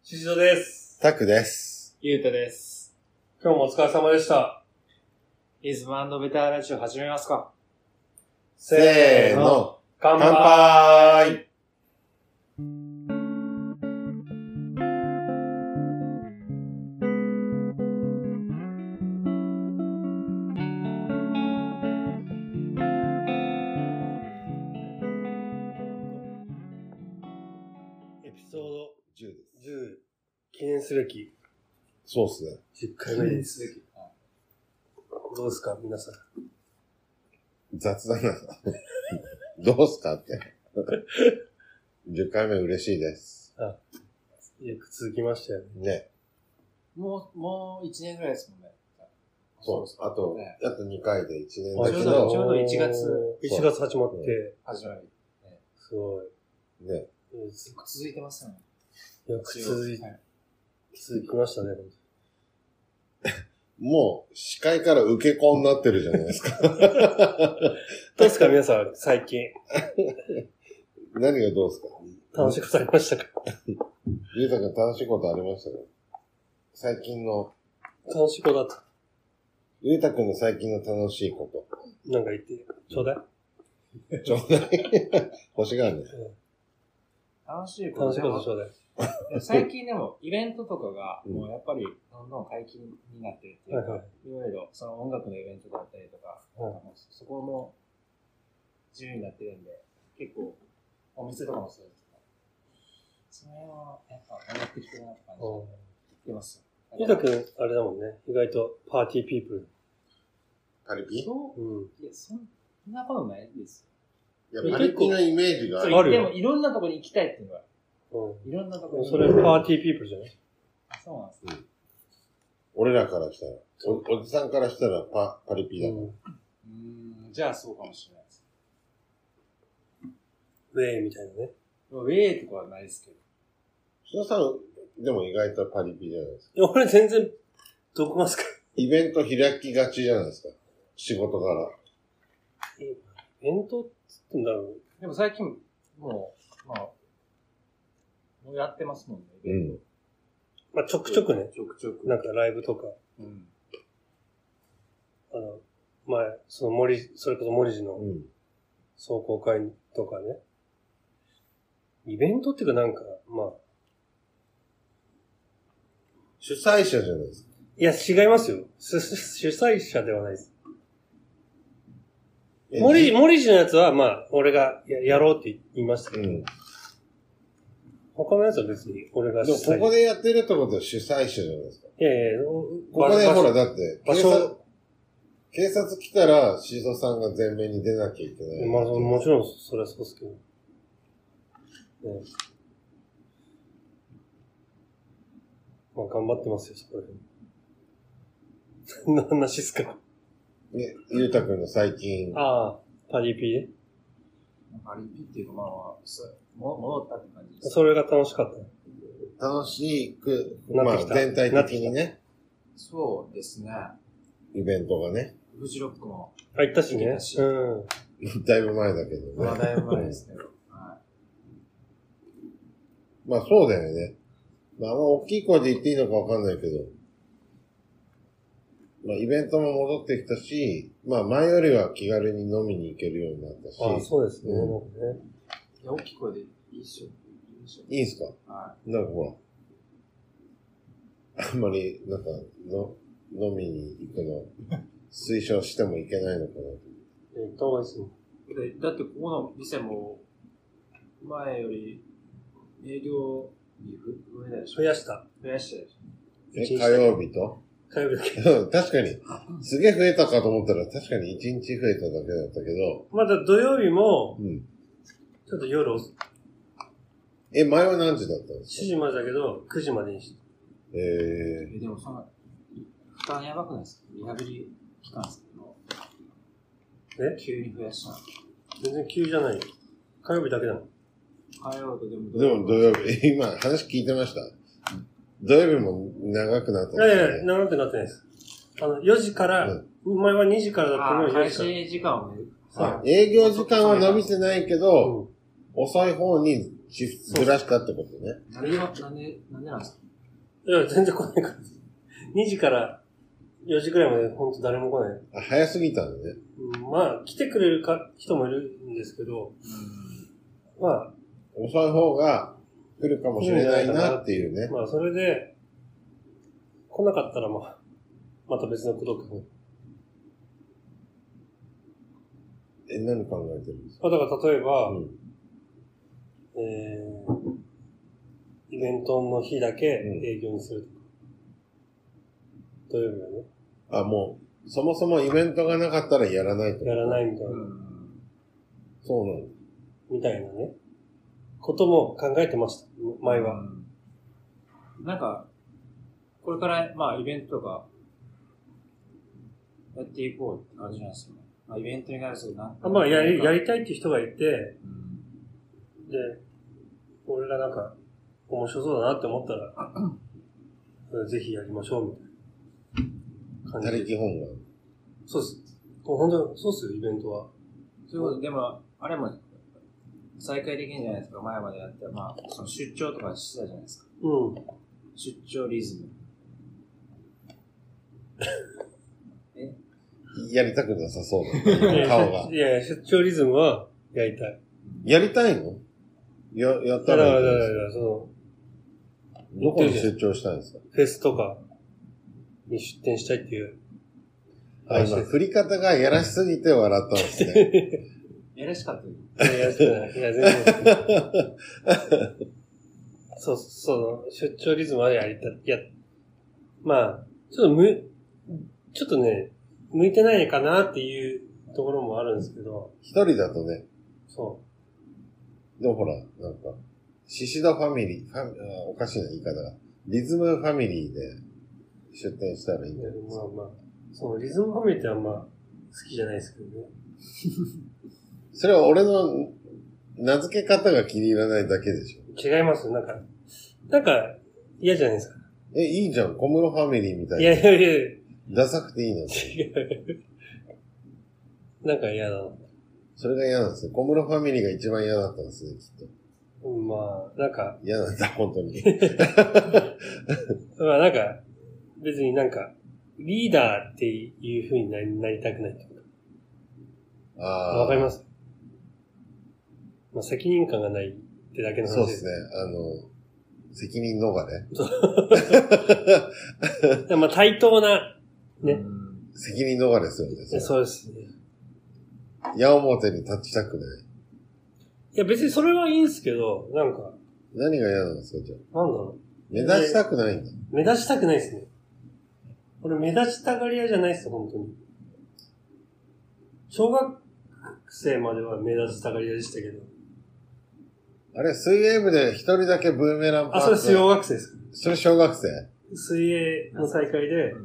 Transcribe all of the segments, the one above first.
ししどです。 タクです。 ゆうたです。 今日もお疲れ様でした。 イズム&ベターラジオ始めますか。 せーの。 乾乾杯。 杯。 エピソード 10です。 10、記念すべきそうっすね。 10回目です。どうですか皆さん。 雑だな。どうすかって。10回目嬉しいです。 よく続きましたよね。 ね。 もう1年ぐらいですもんね。 そう。あと2回で1年あだけちょうどど。 1月。 1月始まって始まり。 すごい。 ね。 よく続いてますよね。 よく続きましたね。 もう、司会から受け子になってるじゃないですか。 どうですか皆さん、最近。 何がどうですか？ 楽しいことありましたか？ ゆうたくん楽しいことありましたか？最近の。 楽しいことだった。 ゆうたくんの最近の楽しいこと。 なんか言って、ちょうだい。 ちょうだい。欲しがるね。 楽しいこと楽しいことちょうだい。 最近でもイベントとかがもうやっぱりどんどん解禁になってるっていうか、いろいろその音楽のイベントだったりとか、そこも自由になってるんで、結構お店とかもそうですけど、その辺はやっぱ上がってきてるなって感じで言ってます。 ゆうたくん、あれだもんね。意外とパーティーピープル。 パリピ？ そう、いや、そんなことないですよ。いや、パリピのイメージがある。 あるよ。 でもいろんなとこに行きたいっていうのが、いろんなところに。 それパーティーピープルじゃない？ そうなんですね。 俺らからしたら、おじさんからしたらパリピだから。 じゃあそうかもしれないです。 ウェイみたいなね。 ウェイとかはないですけど。 しのさん、でも意外とパリピじゃないですか。 いや、俺全然、どこますか？ イベント開きがちじゃないですか。仕事柄。 イベントって言うんだろう。 でも最近、もうやってますもんね、イベント。 まあ、ちょくちょくね。 ちょくちょく。 なんかライブとか。前、それこそ森寺の壮行会とかね。イベントっていうかなんか、まあ。 主催者じゃないですか。 いや、違いますよ。主催者ではないです。森寺のやつは、まあ、俺がやろうって言いましたけど。他のやつは別に俺が主催。でもここでやってるってことは主催者じゃないですか。 いやここでほら、だって、警察来たら、シーゾさんが前面に出なきゃいけない。 まあ、もちろん、それはそうですけど。まあ、頑張ってますよ、そこら辺。何の話ですか？ ゆうたくんの最近。 ああ、パリピで？ パリピっていうか、戻ったって感じです。 それが楽しかった。 楽しく、まあ、全体的にね。 そうですね。 イベントがね。 フジロックも。 行ったしね。 だいぶ前だけどね。 まあ、だいぶ前ですけど。 まあ、そうだよね。まあ、あんま大きい声で言っていいのかわかんないけど。まあ、イベントも戻ってきたし、まあ、前よりは気軽に飲みに行けるようになったし。 ああ、そうですね。 いや、大きい声でいいっしょ。 いいんすか？ はい。 なんかほら、あんまり、なんか、飲みに行くの、推奨してもいけないのかな。 行った方がいいですね。 だって、ここの店も、前より、営業に増えないでしょ。 増やしたでしょ。 火曜日と火曜日だけ。 確かに。すげえ増えたかと思ったら、確かに1日増えただけだったけど。 まだ土曜日も、ちょっと夜前は何時だったんですか？ 7 時までだけど、9時までにして。 でもその、負担やばくないですか？リハビリ期間ですけど。急に増やしたの。 全然急じゃないよ。火曜日だけだもん。 火曜日でも土曜日。今、話聞いてました。土曜日も長くなったんですね。いや、長くなってないです。4時から、前は2時からだったのを4時から。 開始時間をね。 営業時間は伸びてないけど、遅い方にシフトずらしたってことね。 なんでなんですか？ いや、全然来ないから。2時から4時くらいまでほんと誰も来ない。 あ、早すぎたんだね。 まあ、来てくれる人もいるんですけど、まあ、 遅い方が来るかもしれないなっていうね。 まあ、それで、来なかったらまた別のことか。 何考えてるんですか？ だから例えば、イベントの日だけ営業にするとか。土曜日はね。 あ、もう、そもそもイベントがなかったらやらないと。 やらないみたいな。 そうなの。 みたいなね。ことも考えてました。前は。 なんか、これから、まあ、イベントとか、やっていこうって感じなんですよね。まあ、イベントに関するなんか。 まあ、やりたいっていう人がいて、で、俺がなんか、面白そうだなって思ったら、ぜひやりましょう、みたいな感じで。 他力本願。 そうっす。本当そうっすよ、イベントは。 そういうこと、でも、あれも、再開できるんじゃないですか、前までやって、まあ、その出張とかしてたじゃないですか。出張リズム。 やりたくなさそうだ。顔が。 いや、出張リズムはやりたい。 やりたいの？やったらいいですか？どこに出張したいんですか？ フェスとかに出店したいっていう。 今、振り方がやらしすぎて笑ったんですね。 やらしかったよ。やらしくない。いや、全然。出張リズムはやりたい。いや、まあ、ちょっとね、向いてないかなっていうところもあるんですけど。 一人だとね。 そう。 でもほら、なんか、シシドファミリー、おかしいな言い方が。リズムファミリーで出店したらいいんじゃないですか。 まあ、そのリズムファミリーってあんま好きじゃないですけどね。 それは俺の名付け方が気に入らないだけでしょ。 違います。なんか嫌じゃないですか。 いいじゃん。小室ファミリーみたいな。 いや。 ダサくていいの。 違う。なんか嫌だな。 それが嫌なんですよ。小室ファミリーが一番嫌だったんですね、きっと。 まあ、なんか。 嫌なんだ、本当に。 まあなんか、別になんか、リーダーっていう風になりたくないっていうか。わかります？まあ責任感がないってだけの話そうですね。責任逃れ。 そう。まあ対等な、ね。 責任逃れですよね。 そうですね。 矢面に立ちたくない。 いや別にそれはいいんですけど、なんか。 何が嫌なんですか、じゃあ。 なんだろう。 目立ちたくないんだ。 目立ちたくないですね。俺目立ちたがり屋じゃないっす、本当に。小学生までは目立ちたがり屋でしたけど。 あれ、水泳部で一人だけブーメランパーツ。 それ小学生です。 それ小学生？ 水泳の大会で、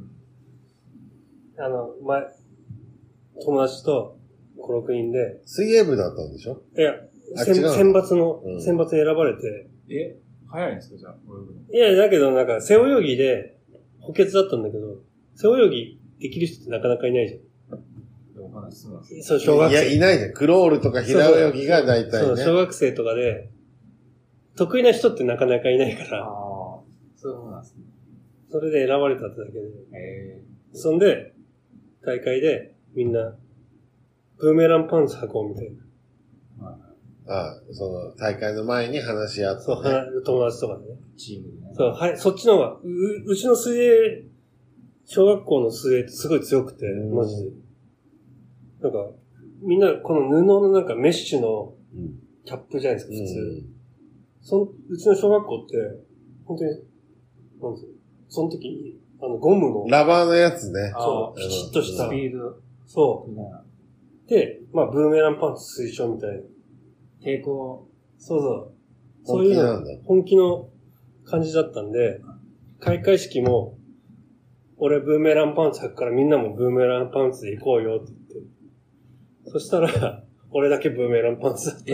友達と5、6人で。 水泳部だったんでしょ？ いや、選抜選抜選ばれて。 早いんですか、じゃあ、 いや、だけどなんか、背泳ぎで補欠だったんだけど、背泳ぎできる人ってなかなかいないじゃん。そう、小学生。 いや、いないじゃん。クロールとか平泳ぎが大体ね。 そう、小学生とかで、得意な人ってなかなかいないから。 そうなんですね。それで選ばれたってだけで。そんで、大会でみんな、ブーメランパンツ履こうみたいな。 その大会の前に話し合って、ね。 そう、友達とかね。 チームでね。 そう、はい、そっちの方が、うちの水泳、小学校の水泳ってすごい強くて、マジで。なんか、みんなこの布のなんかメッシュのキャップじゃないですか、普通。うちの小学校って、本当に、なんていうの、その時に、ゴムの。 ラバーのやつね。 そう、ピチッとした。スピード。そう。で、まあ、ブーメランパンツ推奨みたいな。 抵抗。 そうそう。そういうの、本気の感じだったんで、開会式も、俺ブーメランパンツ履くからみんなもブーメランパンツで行こうよって言って。そしたら、俺だけブーメランパンツだったって。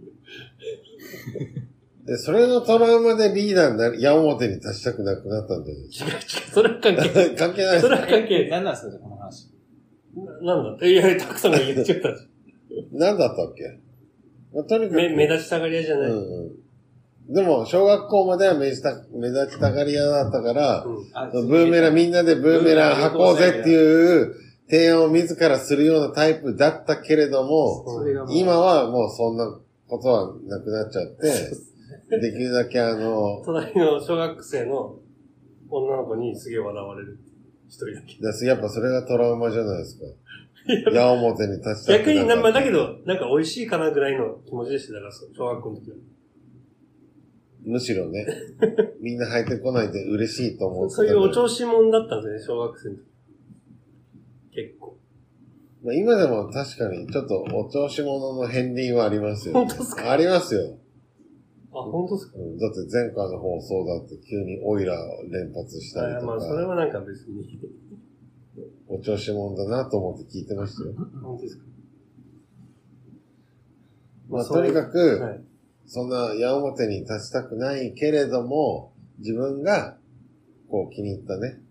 で、それのトラウマでリーダーになり、矢面に立ちたくなくなったんだよね。 違う。それは関係ない。 関係ないです。 それは関係ない。 何なんですか、この話。 なんだっていや、たくさんが言っちゃった。 何だったっけ？ まあ、とにかく目立ちたがり屋じゃない。 でも、小学校までは目立ちたがり屋だったから、ブーメラン、みんなでブーメラン履こうぜっていう提案を自らするようなタイプだったけれども、今はもうそんなことはなくなっちゃって、できるだけ隣の小学生の女の子にすげえ笑われる。一人だけ。 やっぱそれがトラウマじゃないですか。矢面に立ちたく逆に、だけど、なんか美味しいかなぐらいの気持ちでしたから、小学校の時は。 むしろね、みんな入ってこないで嬉しいと思ってた。 そういうお調子者だったんですね、小学生の時。結構。 まあ、今でも確かにちょっとお調子者の片鱗はありますよ、 本当ですか？ ありますよ。 本当ですか？ だって前回の放送だって急にオイラー連発したりとか。 まあそれはなんか別に。 お調子者だなと思って聞いてましたよ。 本当ですか？ まあとにかく、はい、そんな矢面に立ちたくないけれども、自分がこう気に入ったね、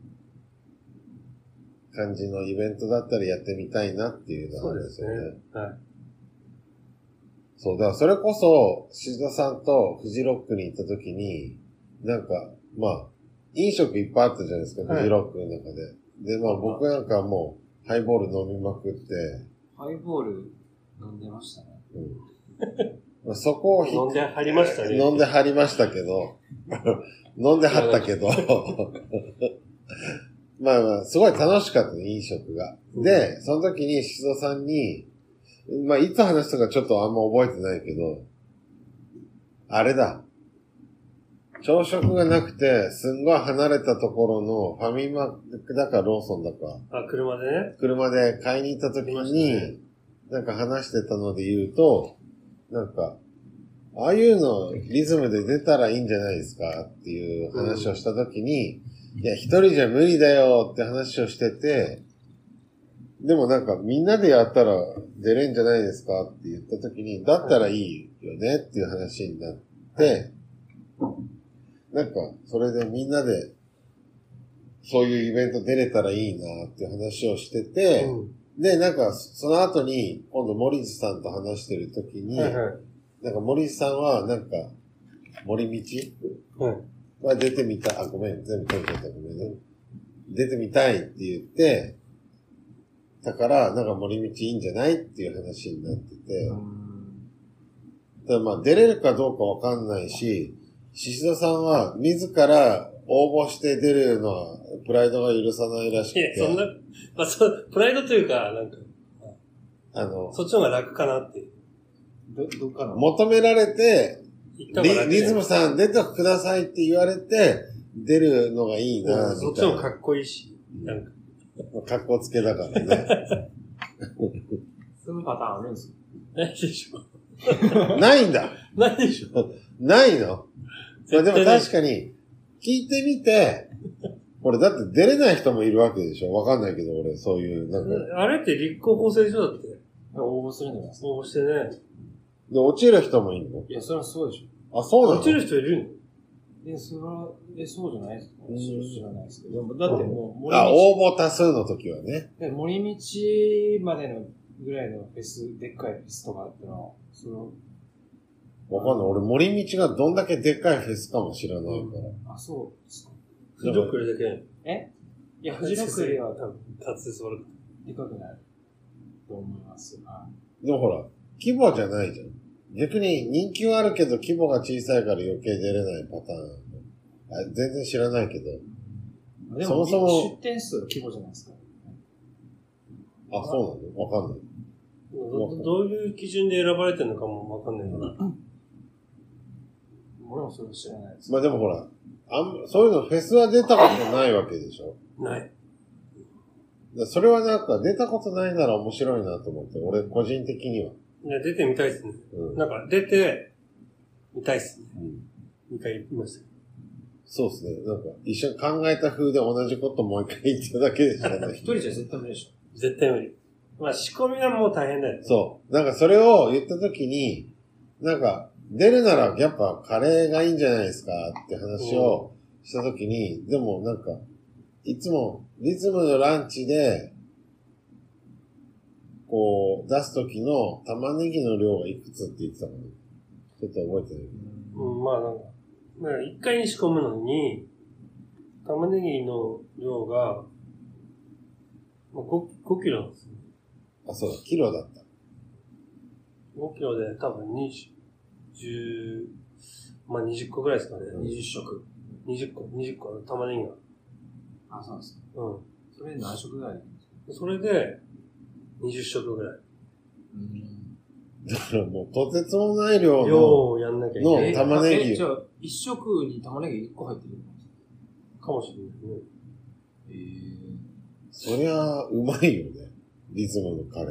感じのイベントだったらやってみたいなっていうのがあるんですよね。そうですね。はい。そう、だからそれこそ、静田さんとフジロックに行った時に、なんか、まあ、飲食いっぱいあったじゃないですか、はい、フジロックの中で。で、まあ僕なんかもう、ハイボール飲みまくって。 ハイボール飲んでましたね。 まあ、そこを飲んではりましたね。 飲んではりましたけど、飲んではったけど、まあまあ、すごい楽しかったね、飲食が。で、その時に静田さんに、まあ、いつ話したかちょっとあんま覚えてないけど、あれだ。朝食がなくて、すんごい離れたところのファミマだかローソンだか。 車でね。 車で買いに行った時に、なんか話してたので言うと、なんか、ああいうのリズムで出たらいいんじゃないですかっていう話をした時に、いや、一人じゃ無理だよって話をしてて、でもなんかみんなでやったら出れんじゃないですかって言った時に、だったらいいよねっていう話になって、なんかそれでみんなでそういうイベント出れたらいいなっていう話をしてて、で、なんかその後に今度森地さんと話してる時に、なんか森地さんはなんか森道は出てみたい、ごめん、全部取れちゃったごめんね。出てみたいって言って、だから、なんか森道いいんじゃないっていう話になってて。ただまあ出れるかどうかわかんないし、宍戸さんは自ら応募して出るのはプライドが許さないらしくて。 いや、そんな、まあプライドというか、なんか、そっちの方が楽かなっていう。 どっかの求められて、リズムさん出てくださいって言われて、出るのがいいな、みたいな。 そっちもかっこいいし、なんか。 かっこつけだからね。 そのパターンあるんですか？ ないでしょ。ないんだ。 ないでしょ。 ないの。まあでも確かに、聞いてみて、俺だって出れない人もいるわけでしょ。わかんないけど俺、そういう、なんか。 あれって立候補制でしょだって。 応募するんじゃないですか。 応募してね。 で、落ちる人もいるの？ いや、それはそうでしょ。あ、そうなの？ 落ちる人いるの？ そうじゃないですか。知らないですけど。だってもう、 応募多数の時はね。 森道までのぐらいのフェス、でっかいフェスとかってのは、 わかんない。俺、森道がどんだけでっかいフェスかも知らないから。 あ、そうですか。 フジロックよりだけ。 いや、フジロックよりは多分、滑舌悪くて。でかくなると思います。 でもほら、規模じゃないじゃん。逆に人気はあるけど規模が小さいから余計出れないパターン。全然知らないけど。 でも、そもそも出店数規模じゃないですか。 あ、そうなの？わかんない。 どういう基準で選ばれてるのかもわかんないから。 俺もそれ知らないです。 まあでもほら、そういうのフェスは出たことないわけでしょ？ ない。 それはなんか出たことないなら面白いなと思って、俺個人的には。 いや、出てみたいですね。なんか出てみたいですね。2回言いました。 そうですね。なんか一緒に考えた風で同じこともう一回言っただけでしたね。 一人じゃ絶対無理でしょ。 絶対無理。まあ仕込みはもう大変だよね。 そう。なんかそれを言ったときに、なんか出るならやっぱカレーがいいんじゃないですかって話をしたときに、でもなんか、いつもリズムのランチで、 こう、出すときの玉ねぎの量がいくつって言ってたかな。ちょっと覚えてないけど。 うん、まあなんか、一回に仕込むのに、玉ねぎの量が、まあ、5キロなんですよ。 あ、そうだ、キロだった。 5キロで多分まあ20個ぐらいですかね。 20食。 20個の玉ねぎが。 あ、そうなんですか。 うん。 それ何食ぐらい？ それで、20食ぐらい。 だからもうとてつもない量量をやんなきゃいけない。 の玉ねぎ。 じゃあ、1食に玉ねぎ1個入ってるんですかもしれないね。 そりゃ、うまいよね。リズムのカレー。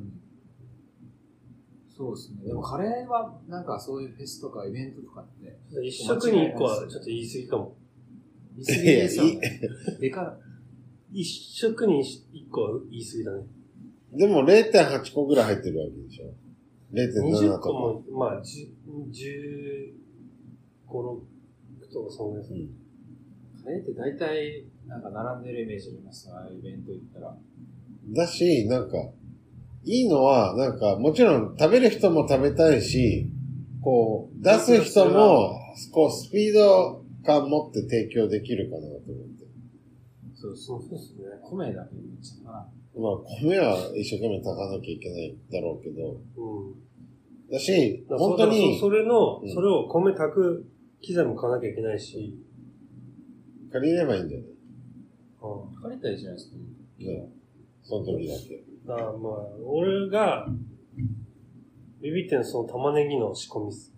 そうですね。でもカレーは、なんかそういうフェスとかイベントとかって、 1食に1個はちょっと言い過ぎかも。 言い過ぎですよね。でか 1食に1個は言い過ぎだね。 でも 0.8 個ぐらい入ってるわけでしょ。0.7 20個とも、まあ、15、6とかそんなやつ。 カレーって大体、なんか並んでるイメージありますね。ああいうイベント行ったら。 だし、なんか、いいのは、なんか、もちろん食べる人も食べたいし、こう、出す人も、こう、スピード感持って提供できるかなと思って。 そうですね。 米だけでいいんじゃないかな。 まあ、米は一生懸命炊かなきゃいけないだろうけど。だし、本当に。 それを米炊く機材も買わなきゃいけないし。 借りればいいんだよね。 借りたらいいじゃないですか。 その時だけ。 まあ、俺が、ビビってんのその玉ねぎの仕込みっす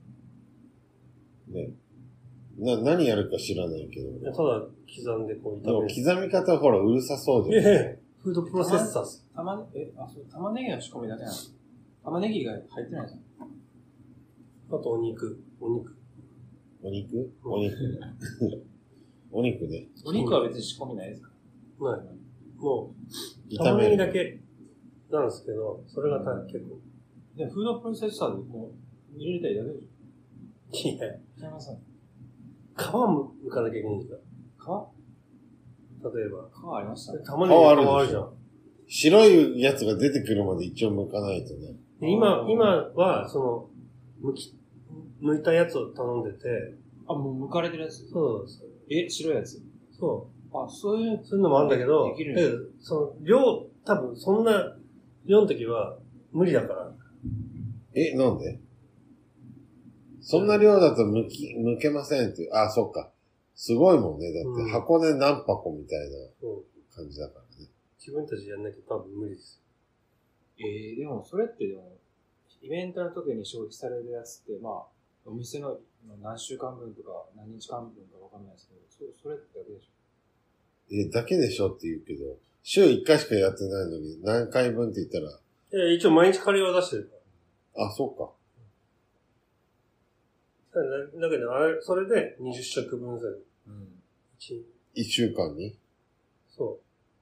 ね。何やるか知らないけど。 ただ刻んでこう炒める。刻み方はほらうるさそうじゃん。 フードプロセッサーっす。 玉ねぎの仕込みだけなの？玉ねぎが入ってないですか？ あとお肉。 お肉ね。 お肉は別に仕込みないですか？ ない。もう、玉ねぎだけなんですけど、それが結構。 で、フードプロセッサーでもう入れたいだけでしょ？ いや。 違いますね。 皮剥かなきゃいけないんだ。例えば。 皮ありましたね。 玉ねぎの皮あるじゃん。 白いやつが出てくるまで一応剥かないとね。 今は、剥いたやつを頼んでて。 あ、もう剥かれてるやつ？ そうです。白いやつ？ そう。 あ、そういうのもあるんだけど、多分そんな量の時は無理だから。 なんで？そんな量だと剥けませんっていう。あ、そっか。すごいもんね。だって箱で何箱みたいな感じだからね。 自分たちやんなきゃ多分無理です。 でもそれってイベントの時に消費されるやつって、まあ、お店の何週間分とか何日間分かわかんないですけど、それってだけでしょ？ だけでしょって言うけど、週1回しかやってないのに何回分って言ったら。 一応毎日カレーは出してるから。 あ、そうか。 だけど、それで20食分ずつ。 1週間に？ そう。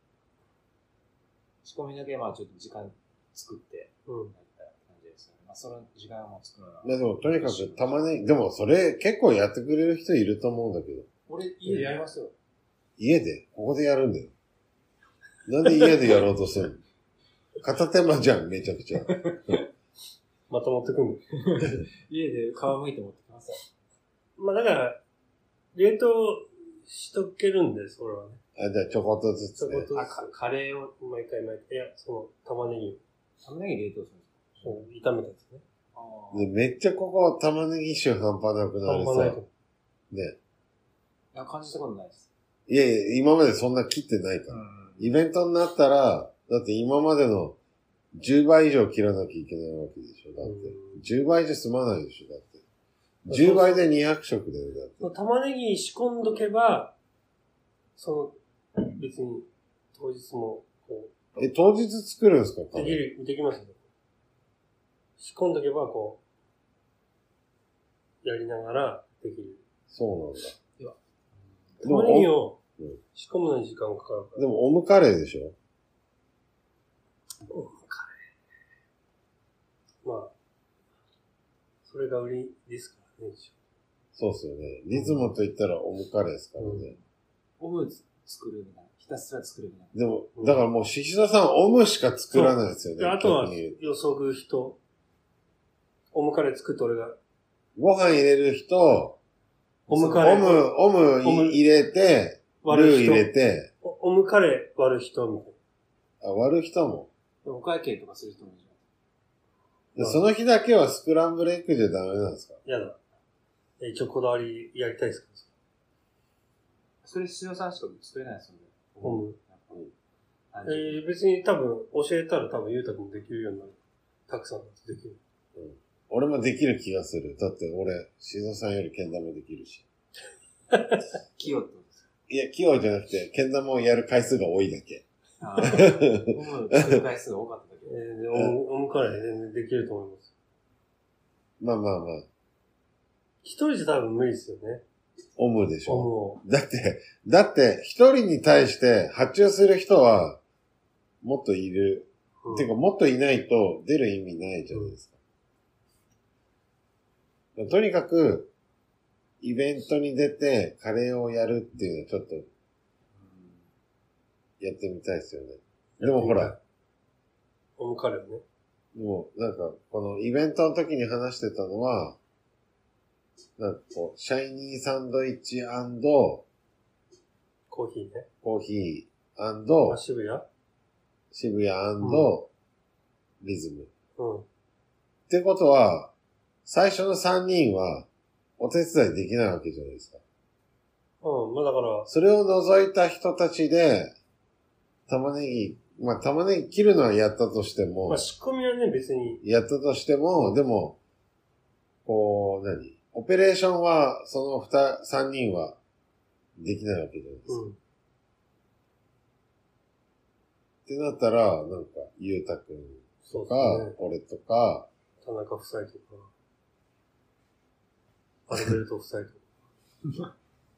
仕込みだけちょっと時間作って、やった感じですよね。その時間はもう作るのは。 でもとにかく玉ねぎ、でもそれ結構やってくれる人いると思うんだけど。 俺家でやりますよ。 家で？ここでやるんだよ。なんで家でやろうとするの？片手間じゃん、めちゃくちゃ。 また持ってくんの？ 家で皮むいて持ってきますよ。 まあだから、冷凍しとけるんで、それはね。 じゃあちょこっとずつね。 カレーを毎回。いや、玉ねぎ。 玉ねぎ冷凍するんですか？ そう、炒めたやつね。 でめっちゃここ玉ねぎ臭半端なくなるさ。 半端ないと。 ね。 いや、感じたことないです。 いやいや、今までそんな切ってないから。イベントになったら、だって今までの10倍以上切らなきゃいけないわけでしょ。だって。10倍じゃ済まないでしょ。だって。10倍で200食だよ。だって。 玉ねぎ仕込んどけば、別に当日も当日作るんですか？ できますよ。仕込んどけばやりながらできる。 そうなんだ。 玉ねぎを仕込むのに時間かかるから。 でもオムカレーでしょ？ オムカレー。まあ、それが売りですからね。 そうっすよね。リズムと言ったらオムカレーですからね。 オム作るみたいな。ひたすら作るみたいな。 でも、だからもう、シシドさん、オムしか作らないですよね。 であとは、 逆に言うとよそぐ人。オムカレー作って俺が。 ご飯入れる人、 オムカレー。 オム入れて、ルー入れて、 オムカレー割る人みたいあ、割る人も。 お会計とかする人もいるじでその日だけはスクランブルエッグじゃダメなんですか？ な。やだ。一応こだわりやりたいですかそれ、塩さんしか作れないですよね。 オム。 やっぱ別に多分、教えたら多分、ゆうたくんもできるようになる。たくさんできる。 俺もできる気がする。だって俺、シシドさんよりけん玉できるし。 器用ってことですか？ いや、器用じゃなくて、けん玉をやる回数が多いだけ。 ああ。オム作る回数が多かっただけ。 オムカレー全然できると思います。 まあまあまあ。 一人じゃ多分無理ですよね。 オムでしオムょ。 を。 だって、一人に対して発注する人は、もっといる。てか、もっといないと出る意味ないじゃないですか。とにかく、イベントに出てカレーをやるっていうのはちょっと、やってみたいですよね。でもほら、 オムカレーね。 もうなんか、このイベントの時に話してたのは、なんかこう、シャイニーサンドイッチ& コーヒーね。 コーヒー& 渋谷渋谷&リズム。 うん。 ってことは、最初の3人はお手伝いできないわけじゃないですか。 うん、まあだから、 それを除いた人たちで、玉ねぎ切るのはやったとしても、 まあ仕込みはね、別に。 やったとしても、でも、こう、オペレーションは、その3人はできないわけじゃないですか。 うん。 ってなったら、なんか、ゆうたくんとか、 ね、 俺とか、 田中夫妻とか、アルベルト夫妻とか。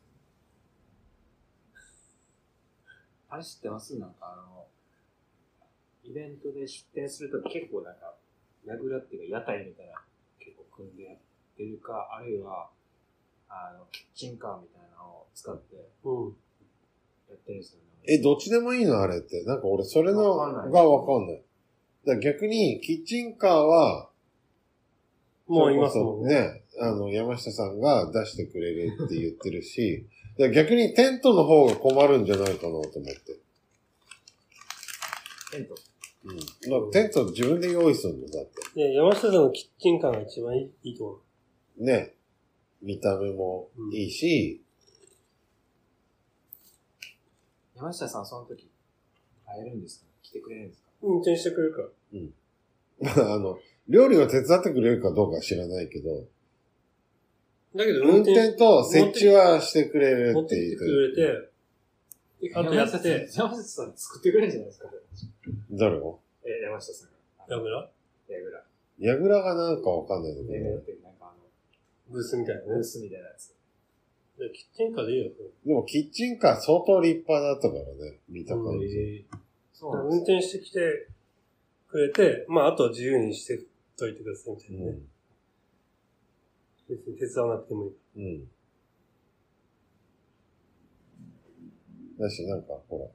あれ知ってます？なんかイベントで出店すると結構なんか、やぐらっていうか屋台みたいな結構組んでやってるか、あるいは、キッチンカーみたいなのを使って、やってるんですよね。 どっちでもいいのあれって。なんか俺それのがわかんない。だから逆に、キッチンカーは、 もういますもんね。山下さんが出してくれるって言ってるし、だから逆にテントの方が困るんじゃないかなと思って。 テント？ うん。テント自分で用意するのだって。 いや、山下さんのキッチンカーが一番いいと思う。 ね。見た目もいいし、 山下さんその時、会えるんですか？来てくれるんですか？ 運転してくれるから。 うん。料理を手伝ってくれるかどうかは知らないけど、 だけど運転と設置はしてくれる持ってきてって言ってくれて、あとやって、 山下さん作ってくれるんじゃないですか？ 誰を？ 山下さんが。 やぐらヤグラがなんかわかんないんだけど、 ってなんかブースみたいなね。 ブースみたいなやつ。 でキッチンカーでいいよ。 でもキッチンカー相当立派だったからね、見た感じ。 そうなん運転してきてくれて、まああとは自由にしてといてくださいみたいなね。別に手伝わなくてもいい。 だし、なんか、ほ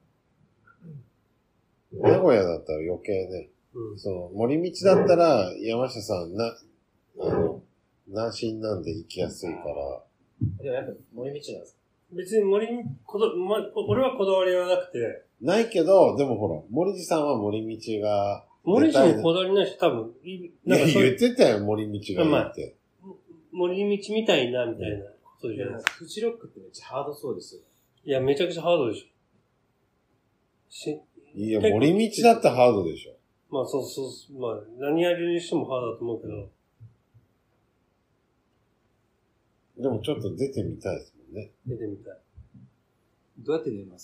ら。名古屋だったら余計ね、森道だったら山下さん南進なんで行きやすいから。 でもやっぱ森道なんですか？ 別に俺はこだわりはなくて。 ないけど、でもほら、森地さんは森道が。 森地もこだわりないし、多分。 なんか言ってたよ、森道がいいって。 森道みたいな、みたいなことじゃないですか。 フジロックってめっちゃハードそうですよ。 いや、めちゃくちゃハードでしょ。 いや、森道だってハードでしょ。 まあまあ、何やるにしてもハードだと思うけど。 でもちょっと出てみたいですもんね。 出てみたい。 どうやって出ます？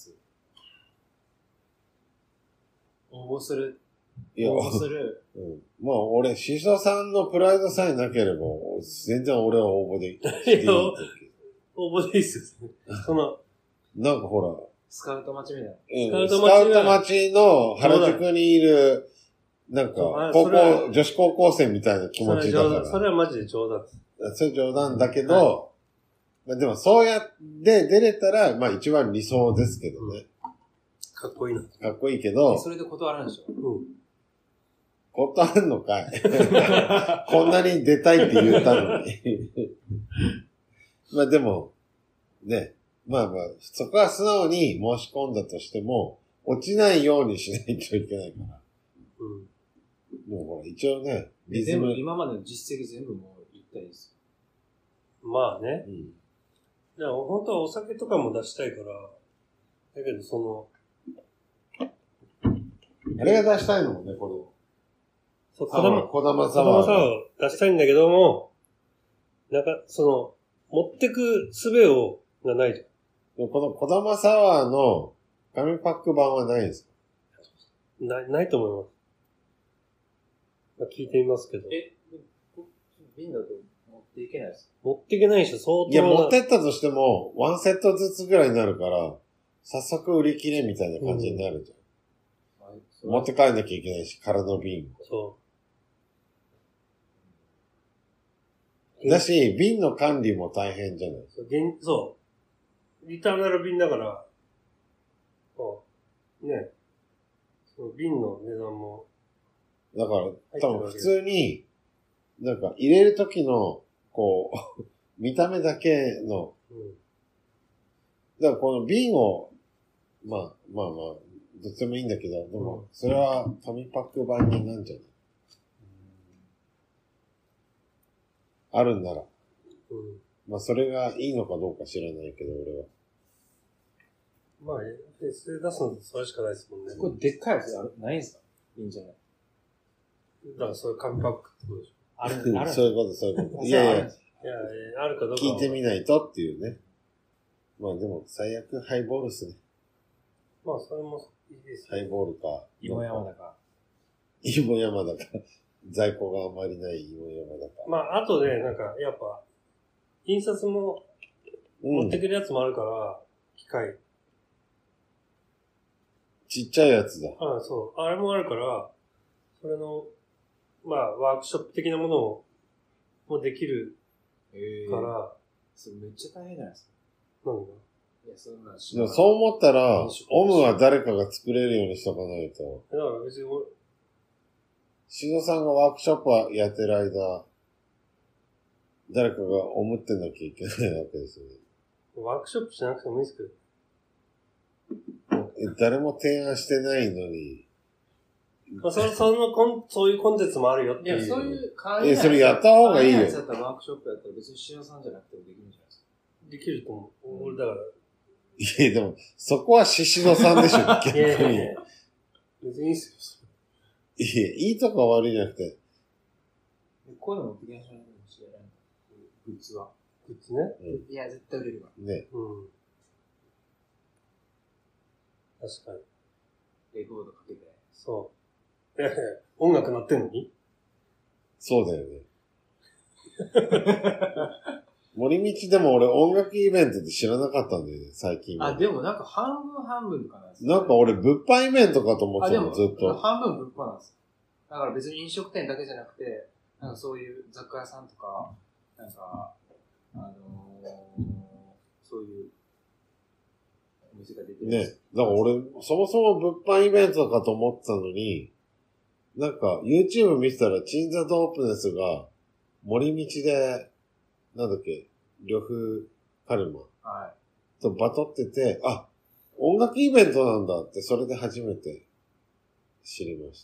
応募する。 応募する。まあ俺、シソさんのプライドさえなければ、全然俺は応募できる。 応募でいいっすよ。 なんかほら、 スカウト待ちみたいな。 スカウト待ちの原宿にいる、なんか、女子高校生みたいな気持ちだから。 それはマジで冗談です。 それ冗談だけど、 まあでもそうやって出れたら、まあ一番理想ですけどね。 かっこいいな。 かっこいいけど。 それで断るんでしょ？ うん。 断るのかいこんなに出たいって言ったのに。まあでも、ね。まあまあ、そこは素直に申し込んだとしても、落ちないようにしないといけないから。うん。もうほら、一応ね、 全部、今までの実績全部もう言ったらいいです。 まあね。 うん。 でも本当はお酒とかも出したいから、だけどあれが出したいのもね、この。 そう、 小玉サワーワーを出したいんだけども、なんか、持ってく術がないじゃん。 この小玉サワーの紙パック版はないですか？ ないと思います。まあ、聞いてみますけど。 瓶だと持っていけないですか？ 持っていけないでしょ、相当。 いや、持ってったとしても、ワンセットずつぐらいになるから、早速売り切れみたいな感じになるじゃん。持って帰んなきゃいけないし、空の瓶。 そう。 だし、瓶の管理も大変じゃない。 そう。リターナル瓶だから、ね。その瓶の値段も。 だから、多分普通に、なんか入れるときの、こう、見た目だけの、だからこの瓶を、まあ、どっちでもいいんだけど、でも、それは紙パック版になんじゃない？あるんなら。まあ、それがいいのかどうか知らないけど、俺は。 まあ、出すのそれしかないですもんね。 これでっかいやつないんですか？いいんじゃない？ だからそういう紙パックってことでしょ。 あるそういうこと。いやいや、 あるかどうか。 聞いてみないとっていうね。まあでも、最悪ハイボールっすね。 まあ、それもいいです、 ハイボールか。 芋山田か。 芋山田か。在庫があまりない芋山田か。 まあ、あとね、なんか、やっぱ、印刷も持ってくるやつもあるから、機械。 ちっちゃいやつだ。 そう。あれもあるから、それの、まあ、ワークショップ的なものもできるから。 それめっちゃ大変じゃないですか。 なんだ？ いや、そんなでもそう思ったら、オムは誰かが作れるようにしとかないと。 だから別にしのさんがワークショップやってる間、誰かがオムってなきゃいけないわけですよね。 ワークショップしなくてもいいですけど。 誰も提案してないのに。 まあ、そういうコンテンツもあるよっていう。 いや、そういう簡易なやつ。 それやった方がいいよ。 簡易なやつだったらワークショップやったら別にしのさんじゃなくてもできるんじゃないですか。できると思う。俺だから。 いや、でも、そこはししのさんでしょ、逆に。 別にいいっすよ。 いや、いいとか悪いじゃなくて。 こういうの持ってきましょうね。グッズは。 グッズね。 いや、絶対売れるわ。 ね。 確かに。 レコードかけて。 そう。音楽鳴ってんのに？ そうだよね。森道でも俺音楽イベントって知らなかったんだよね、最近。 でもなんか半分半分かな。 なんか俺物販イベントかと思ってたの、ずっと。 半分物販なんですよ。だから別に飲食店だけじゃなくて、なんかそういう雑貨屋さんとか、なんか、そういうお店が出てる。 ね。だから俺、そもそも物販イベントかと思ってたのに、なんか YouTube 見てたらチンザドープネスが森道で、なんだっけ、呂布カルマとバトってて、音楽イベントなんだって、それで初めて知りました。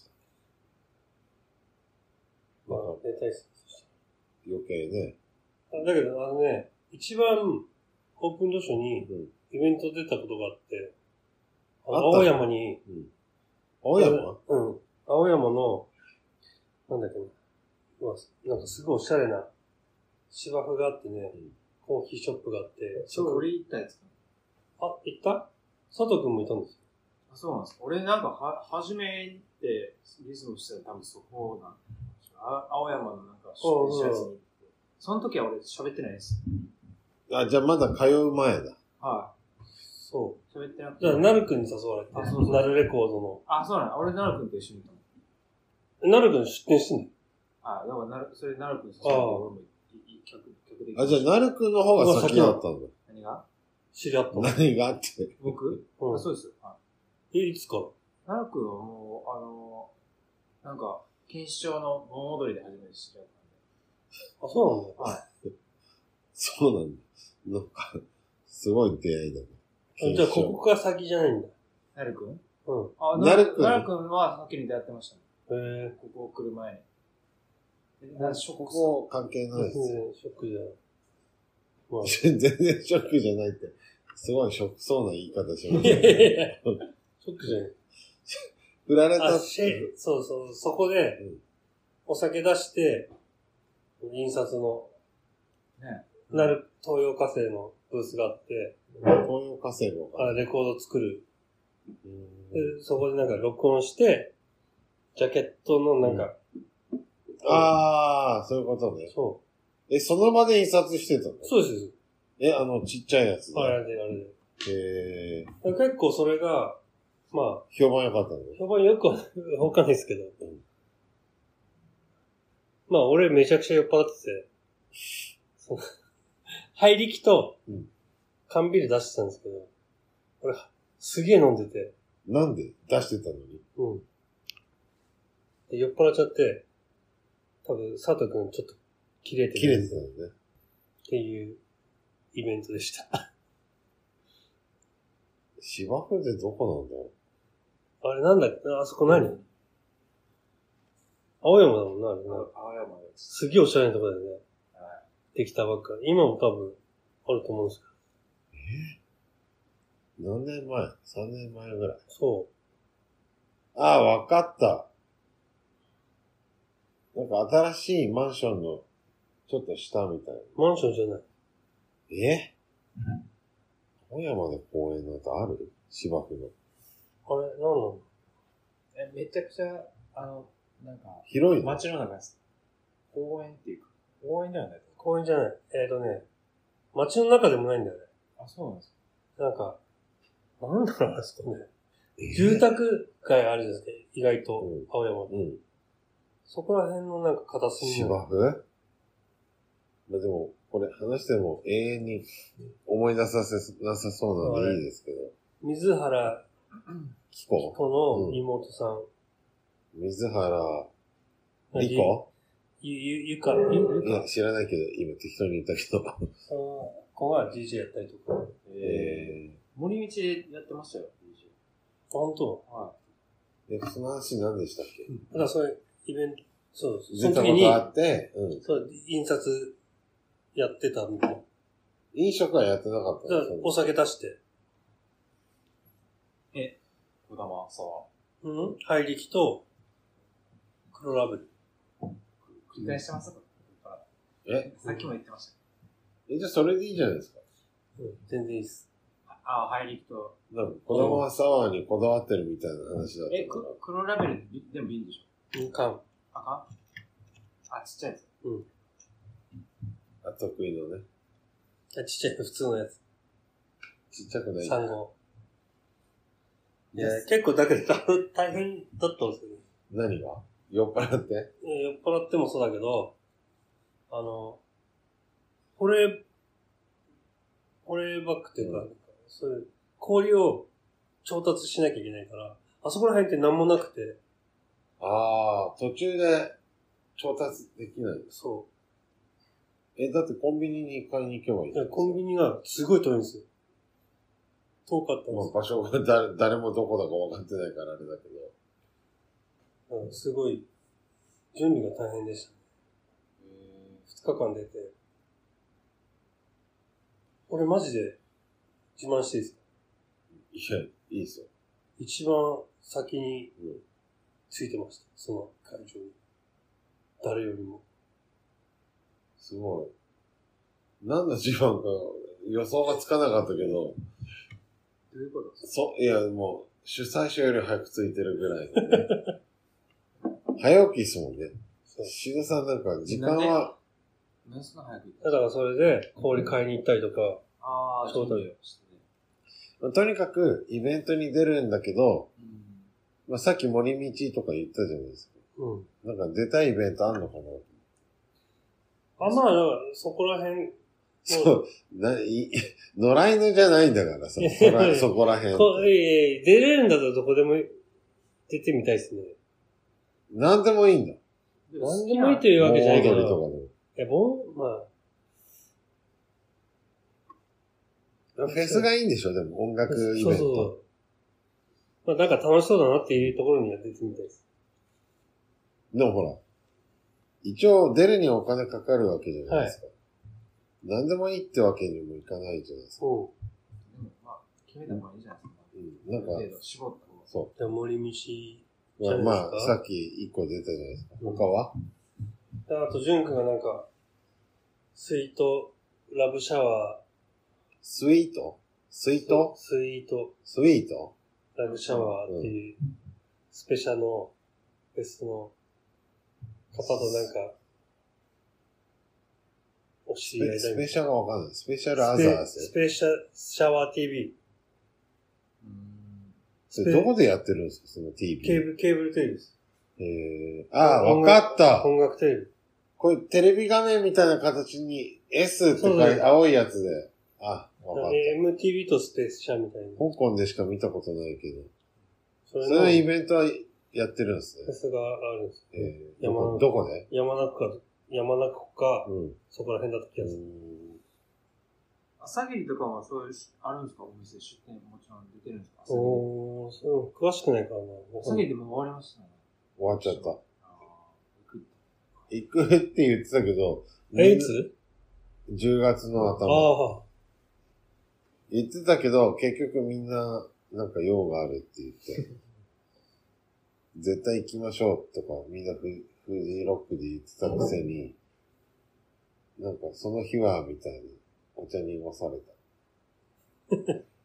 まあ、出たいっす。 余計ね。 だけど、一番オープン当初にイベント出たことがあって、青山に、 青山？ 青山の、なんだっけな、なんかすごいおしゃれな芝生があってね、コーヒーショップがあって。 俺行ったやつか。 行った佐藤くんもいたんですよ。 そうなんですか。俺なんか初めってリズムしたら多分そこなん青山のなんか出店したやつに行って。その時は俺喋ってないです。 じゃあまだ通う前だ。 はい。 そう。 喋ってなくて。 じゃあ、なるくんに誘われて。なるレコードの。 そうなんだ。俺なるくんと一緒にいたの。なるくん出店してんの？ だからそれなるくんに誘われて、俺も客曲で。 あ、じゃあ、なるくんの方が先だったんだ。 何が知り合ったの。 何があって。 僕、 うん、 そうです。はいつかなるくんはもう、なんか、錦糸町の盆踊りで初めて知り合ったんで。 あ、そうなんだ。 はい。 そうなんだ。なんか、すごい出会いだね。 じゃあ、ここが先じゃないんだ。 なるくんうん。 あ、 なるくんは先に出会ってましたね。 へここ来る前に。 ここ関係ないですよ。 ショックじゃない。まあ、 全然ショックじゃないって。すごいショックそうな言い方しますいやいやいやショックじゃない。 振られたそうそう、そこで、お酒出して、印刷の、 ね。 なる東洋火星のブースがあって、 東洋火星のレコード作る。で、そこでなんか録音して、ジャケットのなんか、 ああ、そういうことね。 そその場で印刷してたの？ そうです。 ちっちゃいやつで。 あれで。結構それが、まあ、 評判良かったの？ 評判よくはわかんないですけど。まあ、俺めちゃくちゃ酔っ払ってて、入り気と、缶ビール出してたんですけど、俺、すげえ飲んでて。 なんで出してたのに？ で酔っ払っちゃって、多分、佐藤くんちょっと切れてる。 切れてたのね。 っていうイベントでした。 芝生ってどこなんだろう？あれなんだっけ？あそこ何？青山だもんな、あれな。 青山です。 すげえおしゃれなとこだよね。はい。できたばっかり。今も多分、あると思うんですけど。何年前？ 3 年前ぐらい。 そう。 ああ、わかった。なんか新しいマンションのちょっと下みたいな。 マンションじゃない。 青山で公園なんてある？芝生の。 あれ、なんなの？ めちゃくちゃ、なんか、 広いの？ 街の中です。公園っていうか、公園ではない。 公園じゃない。街の中でもないんだよね。 あ、そうなんですか。 なんか、なんだろう、あそこね。住宅街あるじゃないですか、意外と、青山で。そこら辺のなんか片隅に。 芝生？まあでも、これ話しても永遠に思い出させなさそうなのでいいですけど。 水原希子の妹さん。 水原莉子？ ゆか。 いや、知らないけど、今適当に言ったけど。 その子が DJ やったりとか。 森道でやってましたよ、DJ。 本当？ はい。 その話何でしたっけ？ だからそういうイベント、そうです。 出たことあって、 そう、印刷やってたみたいな。 飲食はやってなかったの？ お酒出して。 小玉沢。 入り気と、黒ラベル。 繰り返してますか？さっきも言ってました。 じゃあそれでいいじゃないですか。 全然いいっす。 入り気と。 なんか、小玉サワーにこだわってるみたいな話だった。 黒ラベルでもいいんでしょ？ 缶。 ちっちゃいやつ。 得意のね。 ちっちゃい普通のやつ。 ちっちゃくない。 3号。いや、結構だけど大変だったんですよね。 何が？酔っ払って？ 酔っ払ってもそうだけど、保冷バッグっていうか、そういう氷を調達しなきゃいけないから、あそこら辺って何もなくて。 途中で調達できない。 そう。 だってコンビニに買いに行けばいい。 コンビニがすごい遠いんですよ。遠かったんですよ。 場所が誰もどこだか分かってないからあれだけど。すごい、準備が大変でしたね。2日間出て。俺マジで自慢していいですか？ いや、いいですよ。 一番先についてました。その会場に。誰よりも。 すごい。何の自慢か予想がつかなかったけど。 どういうことですか？ いや、もう、主催者より早くついてるぐらいのね。早起きですもんね。しのさんなんか、時間は、 だからそれで氷買いに行ったりとか、 招待をしてね。とにかく、イベントに出るんだけど、さっき森道とか言ったじゃないですか。なんか出たいイベントあんのかな？ あ、まあ、だからそこら辺。 そう、野良犬じゃないんだからさ、そこら辺。 出れるんだったらどこでも出てみたいですね。 なんでもいいんだ。 なんでもいいというわけじゃないけど。 盆踊りとかでも。 まあ。 フェスがいいんでしょでも音楽イベント。そう。 まあ、なんか楽しそうだなっていうところには出てみたいです。 でもほら、一応出るにはお金かかるわけじゃないですか。はい、何でもいいってわけにもいかないじゃないですか。 でもまあ、決めた方がいいじゃないですか。 なんか、 絞った方が。 そう。 じゃあ森道。 まあ、さっき一個出たじゃないですか。他は？ あと、ジュン君がなんか、スイート、ラブシャワー。 スイート？ スイートラブシャワーっていう、スペシャルのフェスの方となんか、お知り合いだスペシャルがわかんない。スペシャルアザーズ。 スペシャルシャワー TV。 それどこでやってるんですかその TV？ ケーブルテレビです。 わかった。 音楽テレビ。 これテレビ画面みたいな形に S って書いて青いやつで。あ、わかった。 MTV とスペースシャーみたいな。 香港でしか見たことないけど。そのイベントはやってるんですね。 フェスがあるんです。 どこで？ 山中か、そこら辺だった気がする。 朝霧とかはそういう、あるんですかお店、出店もちろん出てるんですか詳しくないからな。 朝霧でも終わりましたね。 終わっちゃった。行くって言ってたけど。 いつ ?10 月の頭。 ああ。 言ってたけど、結局みんな、なんか用があるって言って。絶対行きましょうとか、みんなフジロックで言ってたくせに、なんかその日は、みたいな、お茶に濁され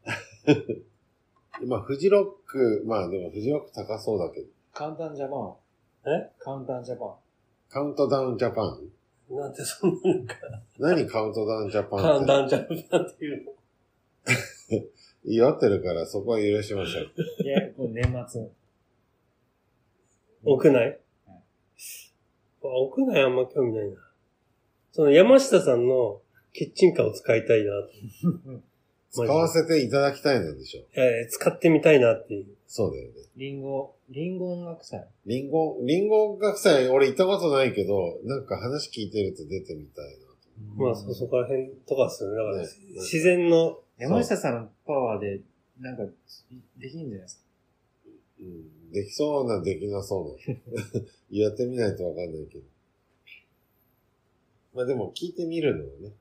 た。今、フジロック、まあでもフジロック高そうだけど。 カウントダウンジャパン。カウントダウンジャパン。 カウントダウンジャパンなんでそんなのか。 何カウントダウンジャパンって。 カウントダウンジャパンっていうの祝ってるからそこは許しましょう。 いや、これ年末。 屋内、屋内あんま興味ないな。その山下さんのキッチンカーを使いたいなって。 使わせていただきたいなんでしょ。 使ってみたいなっていう。 そうだよね。 リンゴ音楽祭。 リンゴ音楽祭、俺行ったことないけど、なんか話聞いてると出てみたいな。 まあ、そこら辺とかですよね。だから、自然の。 山下さんのパワーで、なんか、できるんじゃないですか。 できそうな、できなそうな。やってみないとわかんないけど。まあでも聞いてみるのはね。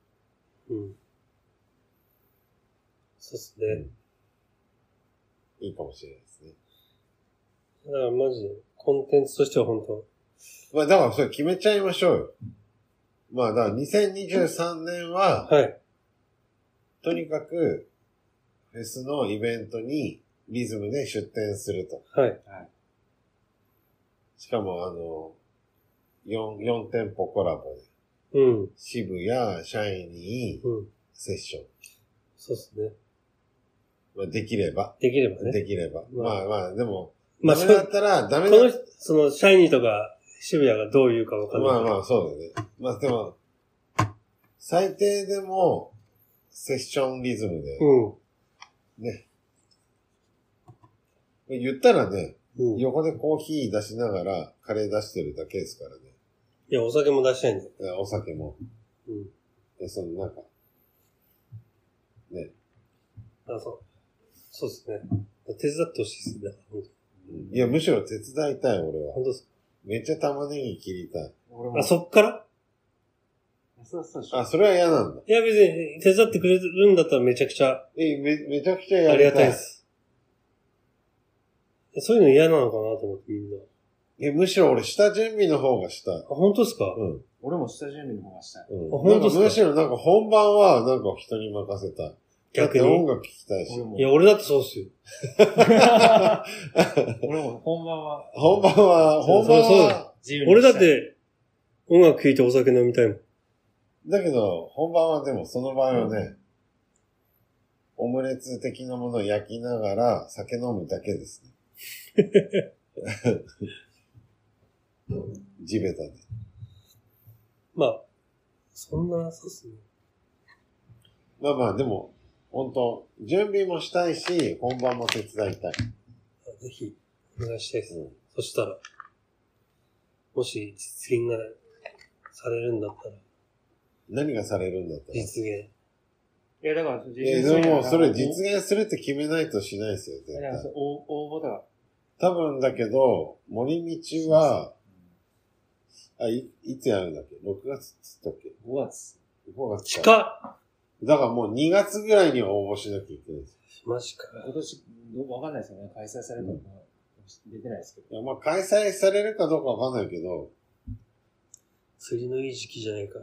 そうっすね、 いいかもしれないですね。 だからマジで、コンテンツとしては本当。 まあだからそれ決めちゃいましょうよ。まあだから2023年は、 はい。 とにかく、フェスのイベントにリズムで出展すると。 はい。 しかも4店舗コラボで。渋谷、シャイニー、セッション。 そうですね。 まあできれば。 できればね。 できれば。まあでも、 まあダメだったら、ダメだその、シャイニーとか渋谷がどういうかわかんない。 まあそうだね。まあでも、最低でも、セッションリズムで。ね。言ったらね、横でコーヒー出しながらカレー出してるだけですからね。 いや、お酒も出したいんだよ。 お酒も。そのなんか、ね。 そうですね。手伝ってほしいですね。 いや、むしろ手伝いたい、俺は。 本当ですか？ めっちゃ玉ねぎ切りたい。 そっからそれは嫌なんだ。 いや、別に手伝ってくれるんだったらめちゃくちゃ。 めちゃくちゃやりたい。 ありがたいです。そういうの嫌なのかなと思ってみんな。 むしろ俺下準備の方がしたい。 本当ですか？ 俺も下準備の方がしたい。 本当ですか？むしろなんか本番はなんか人に任せたい。逆に音楽聴きたいし。 いや、俺だってそうっすよ。 俺も本番は俺だって音楽聴いてお酒飲みたいもん。 だけど、本番はでもその場合はね、オムレツ的なものを焼きながら酒飲むだけですね。地べたで。 まあ、 そんな、そうっすね。 まあまあ、でも、本当準備もしたいし、本番も手伝いたい。 ぜひ、お願いしたいですね。そしたら、もし実現がされるんだったら。 何がされるんだったら。 実現。 いや、だから、 でも、それ実現するって決めないとしないですよ、絶対。 応募だから。 多分だけど、森道は、いつやるんだっけ ?6 月っつったっけ ?5 月。 5月近か。だからもう2月ぐらいには応募しなきゃいけないです。 マジか。 今年、わかんないですよね。開催されるかも、出てないですけど。 いや、まあ開催されるかどうかわかんないけど。 釣りのいい時期じゃないか。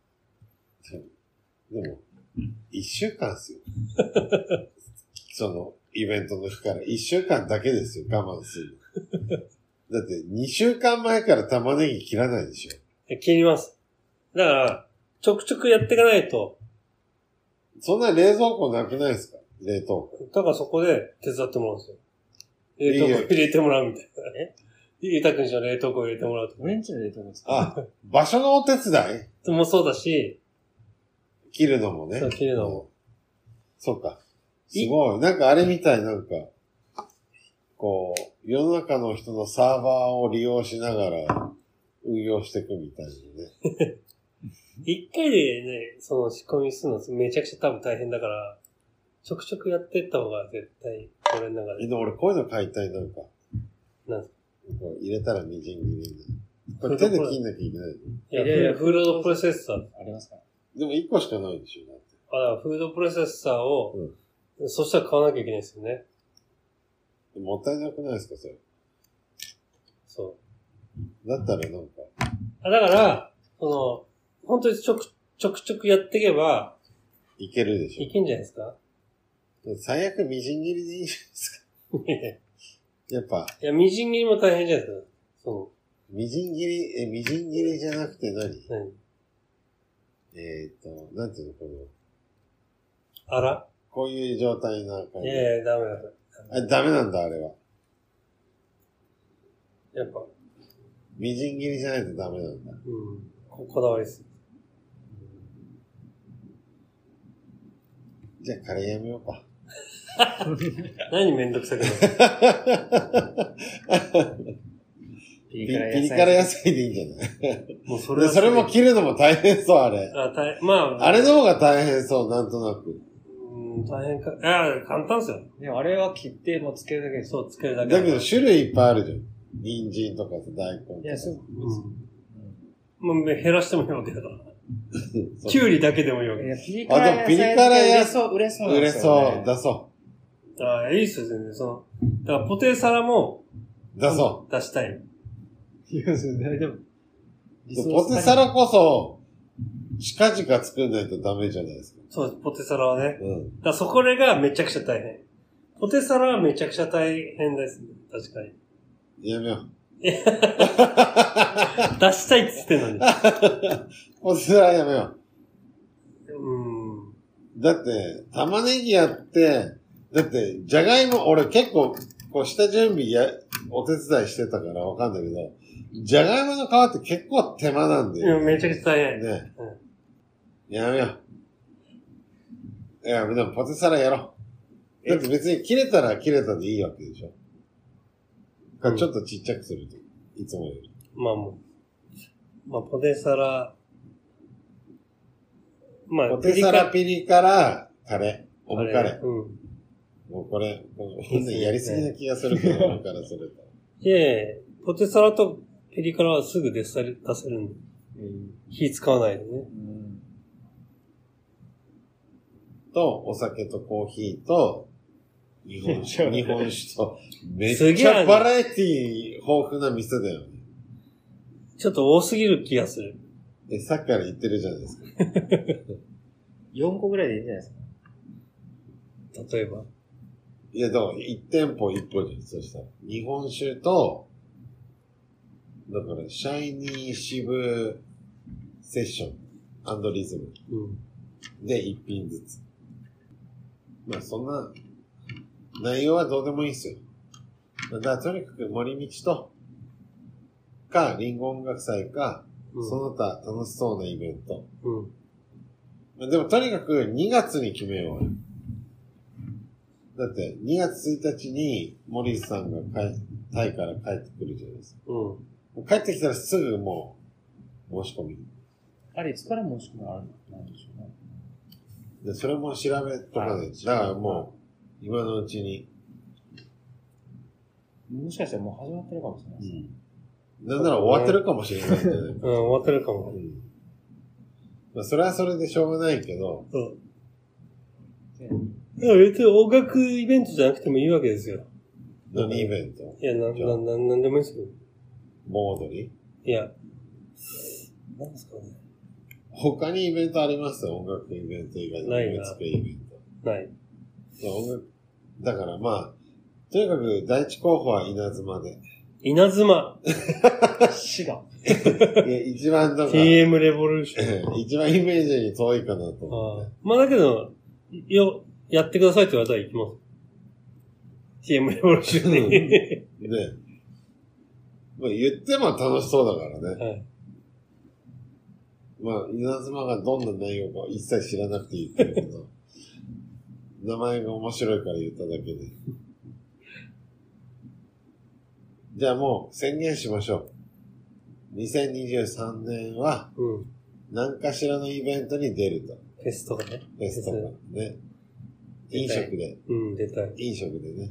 でも、1週間ですよ。その、イベントの日から1週間だけですよ、我慢する。だって2週間前から玉ねぎ切らないでしょ。 切ります。だから、ちょくちょくやっていかないと。 そんな冷蔵庫なくないですか冷凍庫。 だからそこで手伝ってもらうんですよ。冷凍庫入れてもらうみたいなね。ゆうたくんちの冷凍庫入れてもらうと。 俺んちの冷凍庫ですか？あ、場所のお手伝いもそうだし、 切るのもね。 そう、切るのも。 そうか。すごい。なんかあれみたい、なんか、こう、世の中の人のサーバーを利用しながら運用していくみたいなね。 一回でね、その仕込みするのめちゃくちゃ多分大変だから、ちょくちょくやっていった方が絶対、俺の中で。 でも俺こういうの買いたい、なんか。 なんすかこう入れたらみじん切りになる。これ手で切んなきゃいけないの？ いや、フードプロセッサー。 ありますか？ でも1個しかないでしょ、だって。 だからフードプロセッサーを、そしたら買わなきゃいけないですよね。 もったいなくないですか、それ。 そう。 だったらなんか。 だから、本当にちょくやっていけば、 いけるでしょ。 いけんじゃないですか？ 最悪みじん切りでいいじゃないですか。やっぱ。 いや、みじん切りも大変じゃないですか。 みじん切り、みじん切りじゃなくて何？なんていうの、この。 あら？ こういう状態な感じ。 いやいや、ダメだ。 ダメなんだ、あれは。 やっぱ。 みじん切りじゃないとダメなんだ。 こだわりです。 じゃあカレーやめようか。 何めんどくさくなるピリ辛野菜でいいんじゃないもうそれも切るのも大変そう、あれ。あれの方が大変そう、なんとなく。 大変か。簡単ですよ。 でもあれは切ってもうつけるだけです。 そう、つけるだけ。 だけど種類いっぱいあるじゃん。人参とかさ、大根とか。 いや、そう。 もう減らしてもいいわけだから。キュウリだけでもいいわけ。 いや、ピリ辛野菜売れそう。 売れそう、出そう。 いいっすよ、全然。だからポテサラも、 出そう。 出したい。 いや、でも。 ポテサラこそ、近々作んないとダメじゃないですか。 そう、ポテサラはね。だからそれがめちゃくちゃ大変。ポテサラはめちゃくちゃ大変ですね。確かに。 やめよう。 出したいって言ってんのに。 ポテサラやめよう。 だって、玉ねぎやって、だって、じゃがいも、俺結構、こう、下準備お手伝いしてたからわかんないけど、じゃがいもの皮って結構手間なんだよ。 めちゃくちゃ大変。 ね。やめよう。いや、でもポテサラやろう。だって別に切れたら切れたでいいわけでしょ。ちょっとちっちゃくすると。いつもより。 ポテサラ、 ポテサラピリ辛カレー。オムカレー。もうこれやりすぎな気がするけど、オムからすると。 いやポテサラとピリ辛はすぐ出せるんで。火使わないでね。 と、お酒とコーヒーと、日本酒と、めっちゃバラエティ豊富な店だよね。 ちょっと多すぎる気がする。 さっきから言ってるじゃないですか。 4個ぐらいでいいんじゃないですか。例えば。 いや、だから1店舗1個じゃん。そしたら。日本酒と、だから、シャイニーシブセッション&リズム。で、1品ずつ。そんな、内容はどうでもいいっすよ。だからとにかく森道と、リンゴ音楽祭か、 その他楽しそうなイベント。 うん。 でもとにかく2月に決めようよ。だって2月1日にモリスさんがタイから帰ってくるじゃないですか。 うん。 帰ってきたらすぐもう申し込み。 あれ、いつから申し込みあるのなんでしょうね。 で、それも調べとかで、だからもう、今のうちに。 もしかしたらもう始まってるかもしれないです。 なんなら終わってるかもしれないんじゃないうん、終わってるかも。 まあ、それはそれでしょうがないけど。 うん。別に音楽イベントじゃなくてもいいわけですよ。 何イベント？ いや、なんでもいいですよ。 盆踊り？ いや。何ですかね。 他にイベントありますよ、音楽イベント以外のないな。 イベント。 ない。 だからまあ、とにかく第一候補は稲妻で。 稲妻。 滋賀。 いや、一番とか。 TM レボリューション。 一番イメージに遠いかなと思って。 まあだけど、やってくださいって言われたら行きます。TM レボリューションに。 ね。まあ言っても楽しそうだからね。 はい。 まあ、稲妻がどんな内容か一切知らなくて言ってるけど、名前が面白いから言っただけで。じゃあもう宣言しましょう。2023年は、何かしらのイベントに出ると。 フェスとかね。 フェスとかね。飲食で。 出たい。 飲食でね。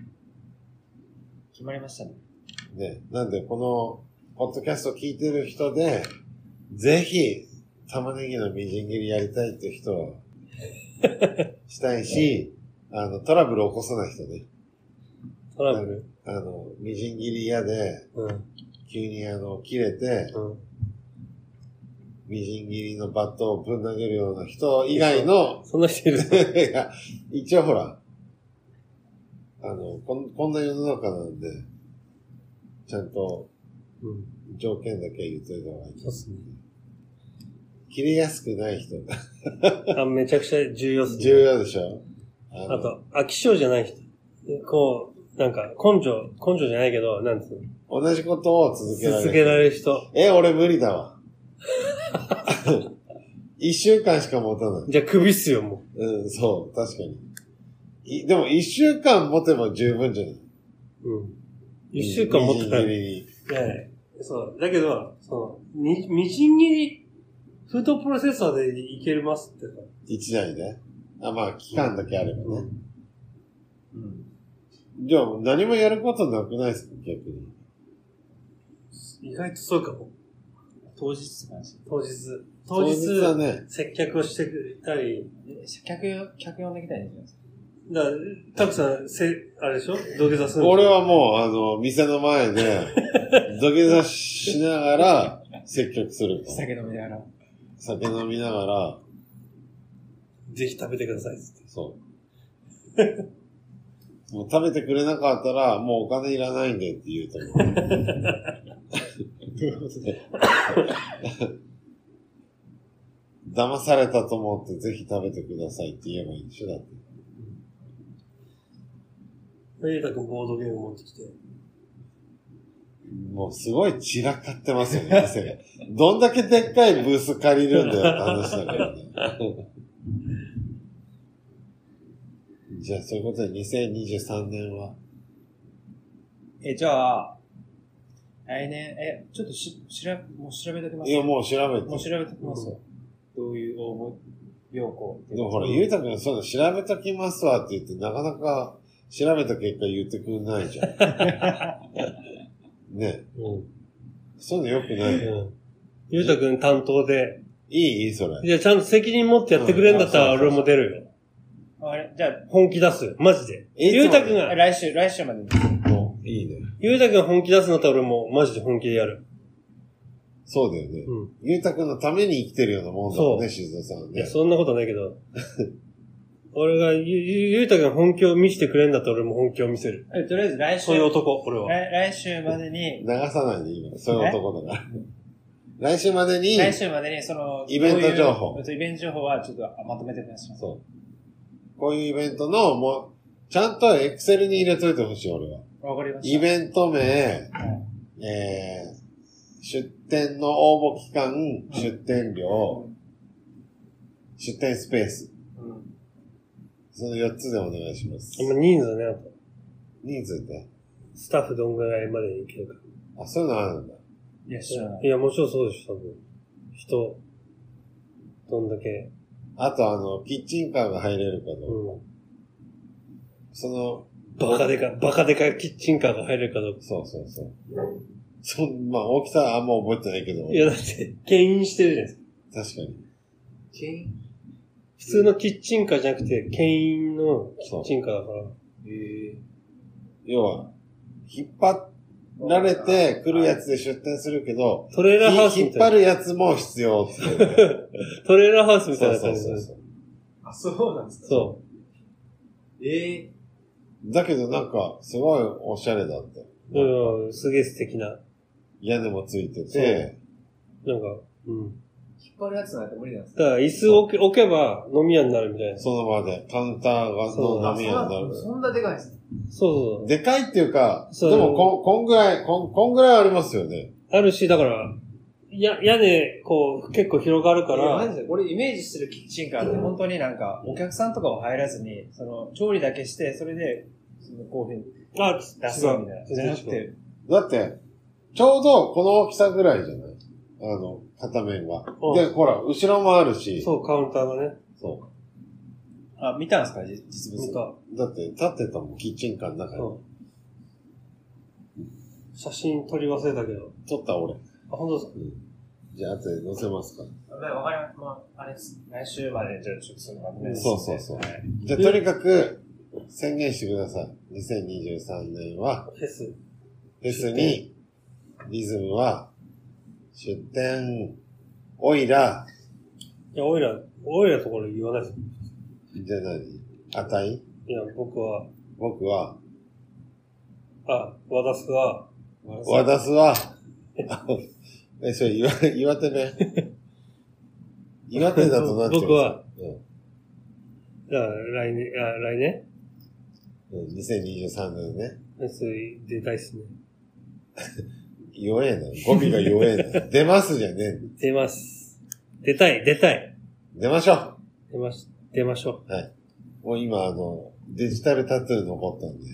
決まりましたね。 ね。なんで、この、ポッドキャスト聞いてる人で、ぜひ、玉ねぎのみじん切りやりたいっていう人は、したいし、トラブル起こさない人ね。 トラブル？ みじん切り嫌で、急に切れて、みじん切りのバットをぶん投げるような人以外の、 そんな人いるいや、一応ほら、こんな世の中なんで、ちゃんと、条件だけ言っといた方がいい。 そうっすね。 切れやすくない人が。 めちゃくちゃ重要っすね。 重要でしょ。 あと、飽き性じゃない人。こう、なんか、根性じゃないけど、なんつうの。 同じことを続けられる人。 俺無理だわ。1週間しか持たない。 じゃあ首っすよ、もう。そう、確かに。でも1週間持てば十分じゃない？ 1週間持ってたら。いや、そう。だけど、みじん切り、フードプロセッサーでいけますってさ。 1台で？まあ、期間だけあればね。じゃあ、何もやることなくないですか、逆に。 意外とそうかも。 当日って感じ。 当日はね、 接客をしてくれたり。 客呼んできたりじゃないですか。 だから、たくさん、あれでしょ土下座する。 俺はもう、店の前で、土下座しながら、接客する。 酒飲みながら。 酒飲みながら、 ぜひ食べてくださいって。 そう。もう食べてくれなかったら、もうお金いらないんでって言うと思う。どういうことで騙されたと思ってぜひ食べてくださいって言えばいいんでしょ、だって。 ゆうたくんボードゲーム持ってきて。 もうすごい散らかってますよね、店が。どんだけでっかいブース借りるんだよって話だからね。じゃあ、そういうことで2023年はじゃあ、来年、ちょっともう調べておきます。 いや、もう調べて。 もう調べておきますよ。どういう応募要項。 でもほら、ゆうたくんそういうの調べときますわって言って、なかなか調べた結果言ってくんないじゃん。ね。そういうの良くないよ。 ゆうたくん担当で。 いいそれ。 じゃあちゃんと責任持ってやってくれんだったら俺も出るよ。 じゃあ、 本気出すよ。マジで。ゆうたくんが。 来週までに。 いいね。 ゆうたくんが本気出すんだったら俺もマジで本気でやる。 そうだよね。ゆうたくんのために生きてるようなもんだもんね、しずおさんね。 いや、そんなことないけど。俺が、ゆうたくんが本気を見せてくれんだったら俺も本気を見せる。 とりあえず来週。 そういう男、俺は。 来週までに。 流さないでいいの。そういう男だから。来週までに、 イベント情報。 イベント情報はちょっとまとめてください。 そう。こういうイベントの、もう、ちゃんとエクセルに入れといてほしい、俺は。 わかりました。 イベント名、 出店の応募期間、出店料、出店スペース。その4つでお願いします。 今人数ね、あと。 人数で。 スタッフどんぐらいまでいけるか。 あ、そういうのあるんだ。 いや、知らない。 いや、もちろんそうでしょ、多分。人、どんだけ。 あとキッチンカーが入れるかどうか。その、 バカでかキッチンカーが入れるかどうか。 そう。まあ大きさはあんま覚えてないけど。 いや、だって、牽引してるじゃないですか。 確かに。 牽引？ 普通のキッチンカーじゃなくて、牽引のキッチンカーだから。 要は、引っ張られて来るやつで出店するけど、 トレーラーハウスみたいな。 引っ張るやつも必要っていう。 トレーラーハウスみたいな感じそう。 あ、そうなんですか？ そう。 だけどなんか、すごいおしゃれだった。 すげえ素敵な。 屋根もついてて、 なんか、 引っ張るやつなんて無理なんですだから椅子を置けば飲み屋になるみたいな。 その場で、カウンターがの飲み屋になる。 そんなでかいですね。 そう。 でかいっていうか、でもこんぐらいありますよね。 あるし、だから、屋根、結構広がるから。 マジで、俺イメージしてるキッチンカーって本当になんか、お客さんとかは入らずに、調理だけして、それで、こういうふうに出すみたいな。じゃなくて。 だって、ちょうどこの大きさぐらいじゃない？片面が。で、ほら、後ろもあるし。 そう、カウンターがね。 そう。 あ、見たんですか実物。 見た。 だって、立ってたもん、キッチンカーの中に。 写真撮り忘れたけど。 撮った俺。 あ、本当ですか？ じゃあ、後で載せますか。 わかります。まあ、あれです。来週まで、じゃあちょっとそのまとめです。 そう。はい、じゃあ、とにかく、宣言してください。2023年は、フェスに、リズムは、出店、オイラ。 いや、オイラところ言わないです。 じゃあ何？値？ いや、僕は、 和田すは、それ岩手弁岩手だとなっちゃう。 僕は、だから来年 2023年ね。 フェス出たいっすね。 弱えな。語尾が弱えな。出ますじゃねえ。 出ます。出たい。 出ましょう。 出ましょう。はい。もう今デジタルタトゥー残ったんで。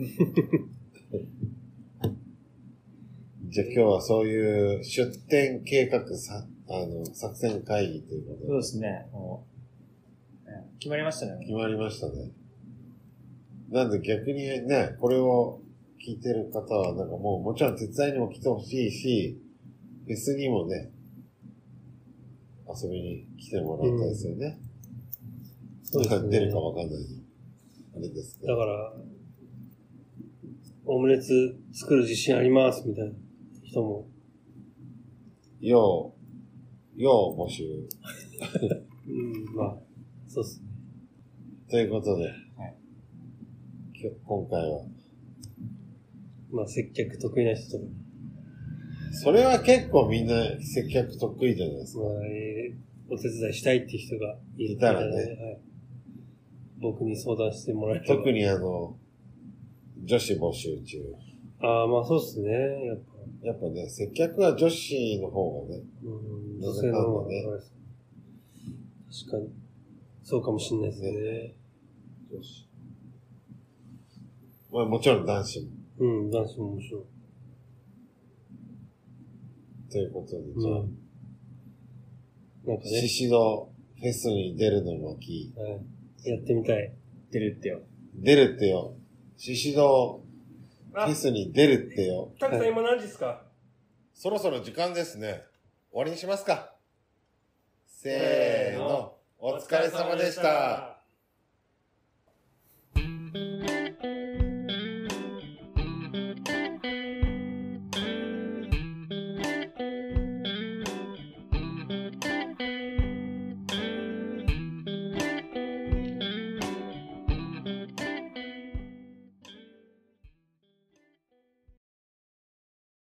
じゃあ今日はそういう出店計画作戦会議ということで。 そうですね。決まりましたね。 決まりましたね。なんで逆にね、これを聞いてる方はなんかもちろん手伝いにも来てほしいし、フェスにもね、遊びに来てもらいたいですよね。そうですね。出るかわかんない。あれですけど。 だから、オムレツ作る自信ありますみたいな人も。 よう募集。 まあ、そうっすね。 ということで、 はい、 今回は。 まあ、接客得意な人とか。 それは結構みんな接客得意じゃないですか。 まあ、お手伝いしたいっていう人がいたらね。はい、 僕に相談してもらえれば。 特に女子募集中。 ああ、まあそうっすね。 やっぱね、接客は女子の方がね。 女性の方がね。確かに。そうかもしれないですね。 女子。まあもちろん男子も。 男子も面白い。 ということで、じゃあ。 なんかね。 シシドフェスに出るのもやってみたい。 出るってよ。 シシドフェスに出るってよ。 タクさん今何時ですか？ そろそろ時間ですね。終わりにしますか。せーの。お疲れ様でした。